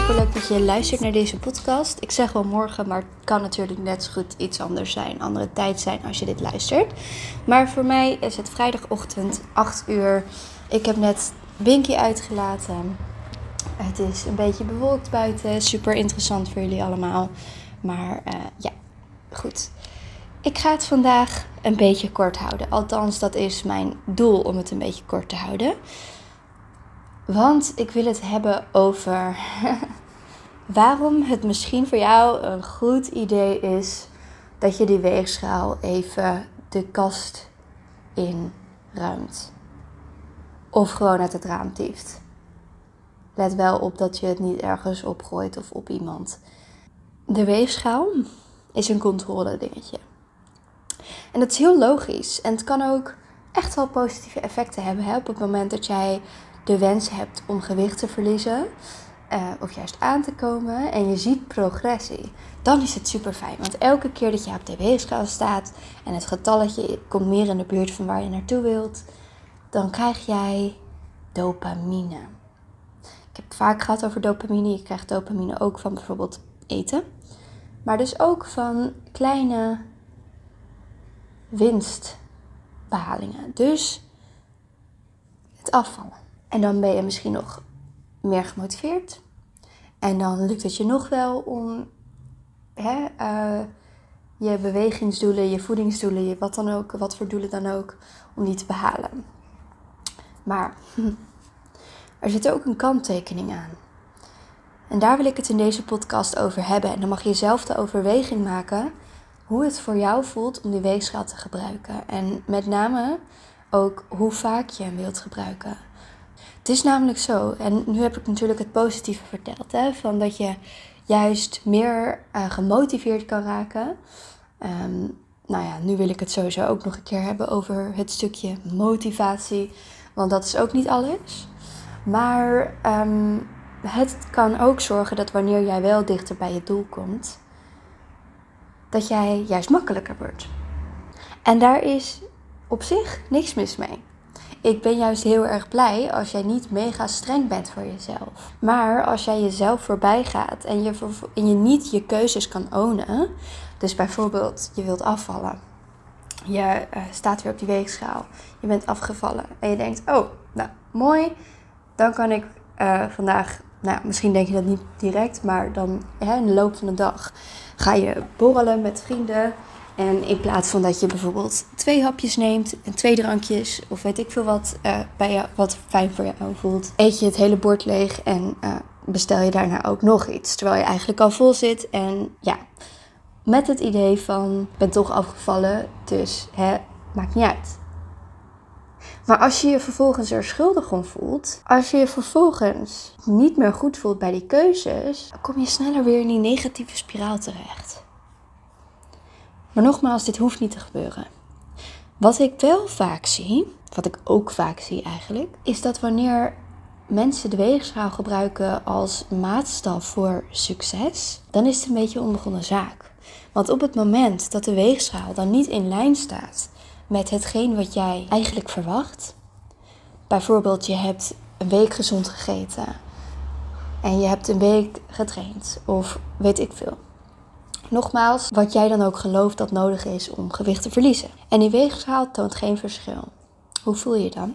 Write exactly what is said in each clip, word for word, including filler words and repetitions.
superleuk dat je luistert naar deze podcast. Ik zeg wel morgen, maar het kan natuurlijk net zo goed iets anders zijn. Andere tijd zijn als je dit luistert. Maar voor mij is het vrijdagochtend, acht uur. Ik heb net Binky uitgelaten. Het is een beetje bewolkt buiten. Super interessant voor jullie allemaal. Maar uh, ja, goed. Ik ga het vandaag een beetje kort houden. Althans, dat is mijn doel om het een beetje kort te houden. Want ik wil het hebben over waarom het misschien voor jou een goed idee is dat je die weegschaal even de kast inruimt. Of gewoon uit het raam tieft. Let wel op dat je het niet ergens opgooit of op iemand. De weegschaal is een controle dingetje. En dat is heel logisch. En het kan ook echt wel positieve effecten hebben. Hè? Op het moment dat jij de wens hebt om gewicht te verliezen. Uh, of juist aan te komen. En je ziet progressie. Dan is het super fijn. Want elke keer dat je op de weegschaal staat. En het getalletje komt meer in de buurt van waar je naartoe wilt. Dan krijg jij dopamine. Ik heb het vaak gehad over dopamine. Je krijgt dopamine ook van bijvoorbeeld eten. Maar dus ook van kleine winstbehalingen. Dus het afvallen. En dan ben je misschien nog meer gemotiveerd. En dan lukt het je nog wel om hè, uh, je bewegingsdoelen, je voedingsdoelen, je wat dan ook, wat voor doelen dan ook, om die te behalen. Maar hm, er zit ook een kanttekening aan. En daar wil ik het in deze podcast over hebben. En dan mag je zelf de overweging maken hoe het voor jou voelt om die weegschaal te gebruiken. En met name ook hoe vaak je hem wilt gebruiken. Het is namelijk zo, en nu heb ik natuurlijk het positieve verteld, hè, van dat je juist meer uh, gemotiveerd kan raken. Um, nou ja, nu wil ik het sowieso ook nog een keer hebben over het stukje motivatie, want dat is ook niet alles. Maar um, het kan ook zorgen dat wanneer jij wel dichter bij je doel komt, dat jij juist makkelijker wordt. En daar is op zich niks mis mee. Ik ben juist heel erg blij als jij niet mega streng bent voor jezelf. Maar als jij jezelf voorbij gaat en je, en je niet je keuzes kan ownen. Dus bijvoorbeeld je wilt afvallen. Je uh, staat weer op die weegschaal. Je bent afgevallen. En je denkt, oh, nou mooi. Dan kan ik uh, vandaag, nou misschien denk je dat niet direct. Maar dan hè, in de loop van de dag ga je borrelen met vrienden. En in plaats van dat je bijvoorbeeld twee hapjes neemt en twee drankjes of weet ik veel wat uh, bij jou, wat fijn voor jou voelt, eet je het hele bord leeg en uh, bestel je daarna ook nog iets. Terwijl je eigenlijk al vol zit en ja, met het idee van ik ben toch afgevallen, dus hè, maakt niet uit. Maar als je je vervolgens er schuldig om voelt, als je je vervolgens niet meer goed voelt bij die keuzes, dan kom je sneller weer in die negatieve spiraal terecht. Maar nogmaals, dit hoeft niet te gebeuren. Wat ik wel vaak zie, wat ik ook vaak zie eigenlijk, is dat wanneer mensen de weegschaal gebruiken als maatstaf voor succes, dan is het een beetje een onbegonnen zaak. Want op het moment dat de weegschaal dan niet in lijn staat met hetgeen wat jij eigenlijk verwacht, bijvoorbeeld je hebt een week gezond gegeten en je hebt een week getraind of weet ik veel. Nogmaals, wat jij dan ook gelooft dat nodig is om gewicht te verliezen. En die weegschaal toont geen verschil. Hoe voel je je dan?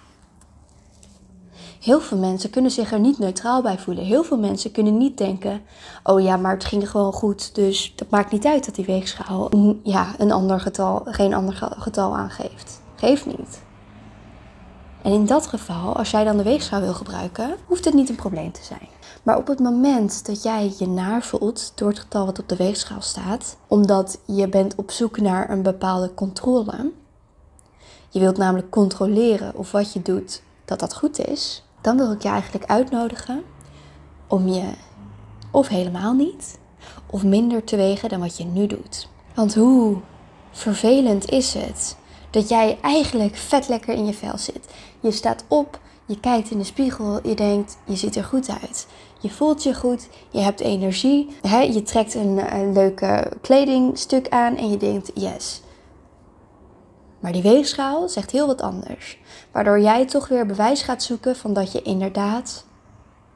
Heel veel mensen kunnen zich er niet neutraal bij voelen. Heel veel mensen kunnen niet denken, oh ja, maar het ging gewoon goed. Dus dat maakt niet uit dat die weegschaal ja, een ander getal, geen ander getal aangeeft. Geeft niet. En in dat geval, als jij dan de weegschaal wil gebruiken, hoeft het niet een probleem te zijn. Maar op het moment dat jij je naar voelt door het getal wat op de weegschaal staat, omdat je bent op zoek naar een bepaalde controle, je wilt namelijk controleren of wat je doet, dat dat goed is, dan wil ik je eigenlijk uitnodigen om je of helemaal niet, of minder te wegen dan wat je nu doet. Want hoe vervelend is het dat jij eigenlijk vet lekker in je vel zit. Je staat op, je kijkt in de spiegel, je denkt, je ziet er goed uit. Je voelt je goed, je hebt energie. Hè? Je trekt een, een leuke kledingstuk aan en je denkt, yes. Maar die weegschaal zegt heel wat anders. Waardoor jij toch weer bewijs gaat zoeken van dat je inderdaad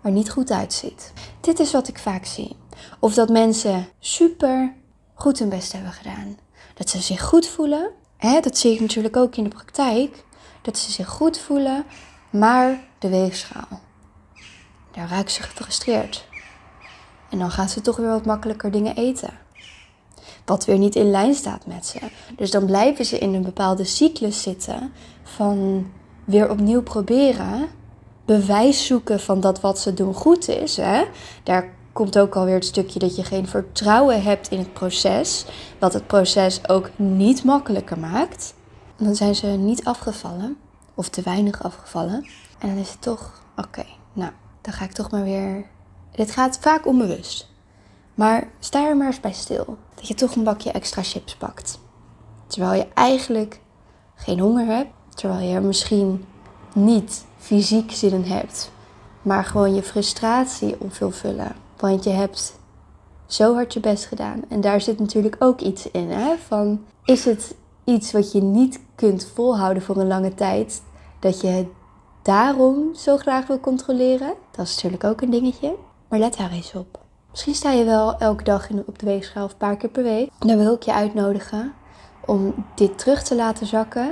er niet goed uitziet. Dit is wat ik vaak zie. Of dat mensen super goed hun best hebben gedaan. Dat ze zich goed voelen. Hè, dat zie ik natuurlijk ook in de praktijk. Dat ze zich goed voelen, maar de weegschaal. Daar raken ze gefrustreerd. En dan gaan ze toch weer wat makkelijker dingen eten. Wat weer niet in lijn staat met ze. Dus dan blijven ze in een bepaalde cyclus zitten van weer opnieuw proberen. Bewijs zoeken van dat wat ze doen goed is. Hè? Daar komt ook alweer het stukje dat je geen vertrouwen hebt in het proces. Wat het proces ook niet makkelijker maakt. En dan zijn ze niet afgevallen. Of te weinig afgevallen. En dan is het toch, oké, okay, nou, dan ga ik toch maar weer. Dit gaat vaak onbewust. Maar sta er maar eens bij stil. Dat je toch een bakje extra chips pakt. Terwijl je eigenlijk geen honger hebt. Terwijl je er misschien niet fysiek zin in hebt. Maar gewoon je frustratie op wil vullen. Want je hebt zo hard je best gedaan. En daar zit natuurlijk ook iets in. Hè? Van, is het iets wat je niet kunt volhouden voor een lange tijd. Dat je het daarom zo graag wil controleren. Dat is natuurlijk ook een dingetje. Maar let daar eens op. Misschien sta je wel elke dag op de weegschaal of een paar keer per week. Dan wil ik je uitnodigen om dit terug te laten zakken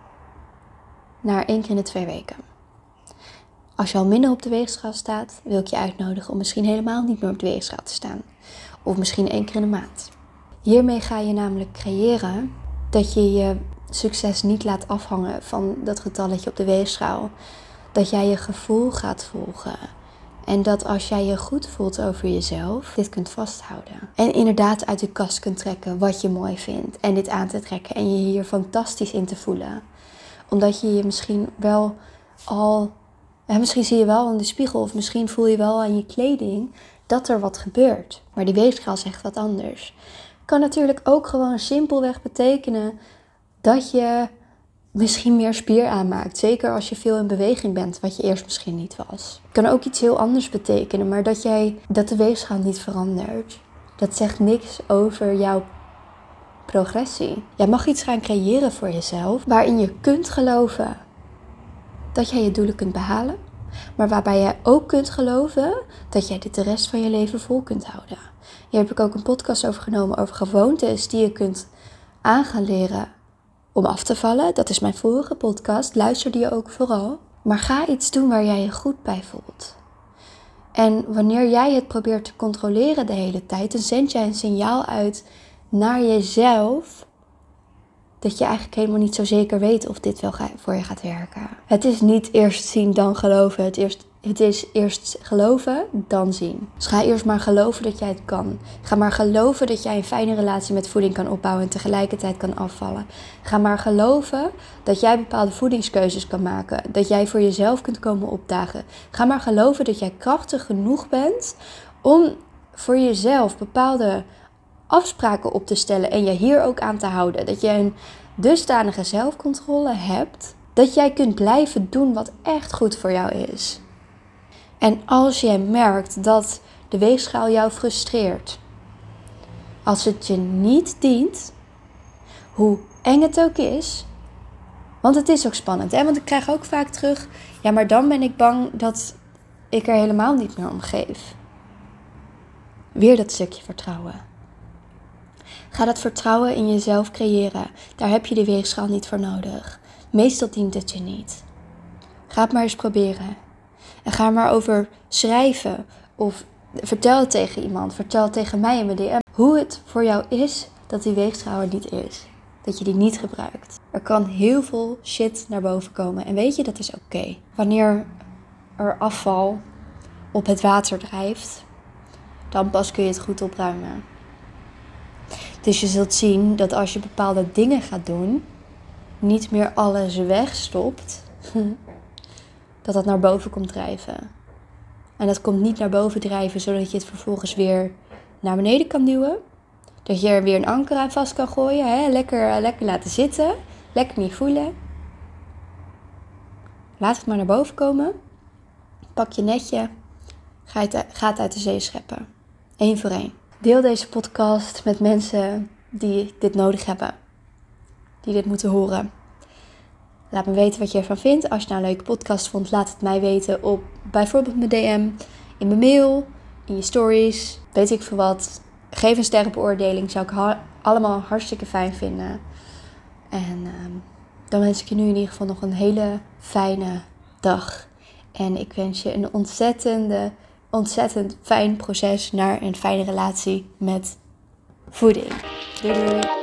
naar één keer in de twee weken. Als je al minder op de weegschaal staat, wil ik je uitnodigen om misschien helemaal niet meer op de weegschaal te staan. Of misschien één keer in de maand. Hiermee ga je namelijk creëren dat je je succes niet laat afhangen van dat getalletje op de weegschaal. Dat jij je gevoel gaat volgen. En dat als jij je goed voelt over jezelf, dit kunt vasthouden. En inderdaad uit de kast kunt trekken wat je mooi vindt. En dit aan te trekken en je hier fantastisch in te voelen. Omdat je je misschien wel al, ja, misschien zie je wel in de spiegel of misschien voel je wel aan je kleding dat er wat gebeurt. Maar die weegschaal zegt wat anders. Kan natuurlijk ook gewoon simpelweg betekenen dat je misschien meer spier aanmaakt. Zeker als je veel in beweging bent, wat je eerst misschien niet was. Het kan ook iets heel anders betekenen, maar dat, jij, dat de weegschaal niet verandert. Dat zegt niks over jouw progressie. Jij mag iets gaan creëren voor jezelf, waarin je kunt geloven dat jij je doelen kunt behalen. Maar waarbij jij ook kunt geloven dat jij dit de rest van je leven vol kunt houden. Hier heb ik ook een podcast over genomen over gewoontes die je kunt aan gaan leren om af te vallen. Dat is mijn vorige podcast. Luister die ook vooral. Maar ga iets doen waar jij je goed bij voelt. En wanneer jij het probeert te controleren de hele tijd, dan zend jij een signaal uit naar jezelf dat je eigenlijk helemaal niet zo zeker weet of dit wel voor je gaat werken. Het is niet eerst zien dan geloven. Het, eerst, het is eerst geloven dan zien. Dus ga eerst maar geloven dat jij het kan. Ga maar geloven dat jij een fijne relatie met voeding kan opbouwen en tegelijkertijd kan afvallen. Ga maar geloven dat jij bepaalde voedingskeuzes kan maken. Dat jij voor jezelf kunt komen opdagen. Ga maar geloven dat jij krachtig genoeg bent om voor jezelf bepaalde afspraken op te stellen en je hier ook aan te houden. Dat je een dusdanige zelfcontrole hebt dat jij kunt blijven doen wat echt goed voor jou is. En als jij merkt dat de weegschaal jou frustreert, als het je niet dient, hoe eng het ook is, want het is ook spannend, hè? Want ik krijg ook vaak terug, ja, maar dan ben ik bang dat ik er helemaal niet meer om geef. Weer dat stukje vertrouwen. Ga dat vertrouwen in jezelf creëren. Daar heb je de weegschaal niet voor nodig. Meestal dient het je niet. Ga het maar eens proberen. En ga er maar over schrijven. Of vertel het tegen iemand. Vertel het tegen mij in mijn D M. Hoe het voor jou is dat die weegschaal er niet is. Dat je die niet gebruikt. Er kan heel veel shit naar boven komen. En weet je, dat is oké. Okay. Wanneer er afval op het water drijft, dan pas kun je het goed opruimen. Dus je zult zien dat als je bepaalde dingen gaat doen, niet meer alles wegstopt, dat dat naar boven komt drijven. En dat komt niet naar boven drijven, zodat je het vervolgens weer naar beneden kan duwen. Dat je er weer een anker aan vast kan gooien. Hè? Lekker, lekker laten zitten. Lekker niet voelen. Laat het maar naar boven komen. Pak je netje. Ga het, ga het uit de zee scheppen. Eén voor één. Deel deze podcast met mensen die dit nodig hebben. Die dit moeten horen. Laat me weten wat je ervan vindt. Als je nou een leuke podcast vond, laat het mij weten op bijvoorbeeld mijn D M, in mijn mail, in je stories, weet ik veel wat. Geef een sterrenbeoordeling, zou ik ha- allemaal hartstikke fijn vinden. En uh, dan wens ik je nu in ieder geval nog een hele fijne dag. En ik wens je een ontzettende, ontzettend fijn proces naar een fijne relatie met voeding. Doei doei!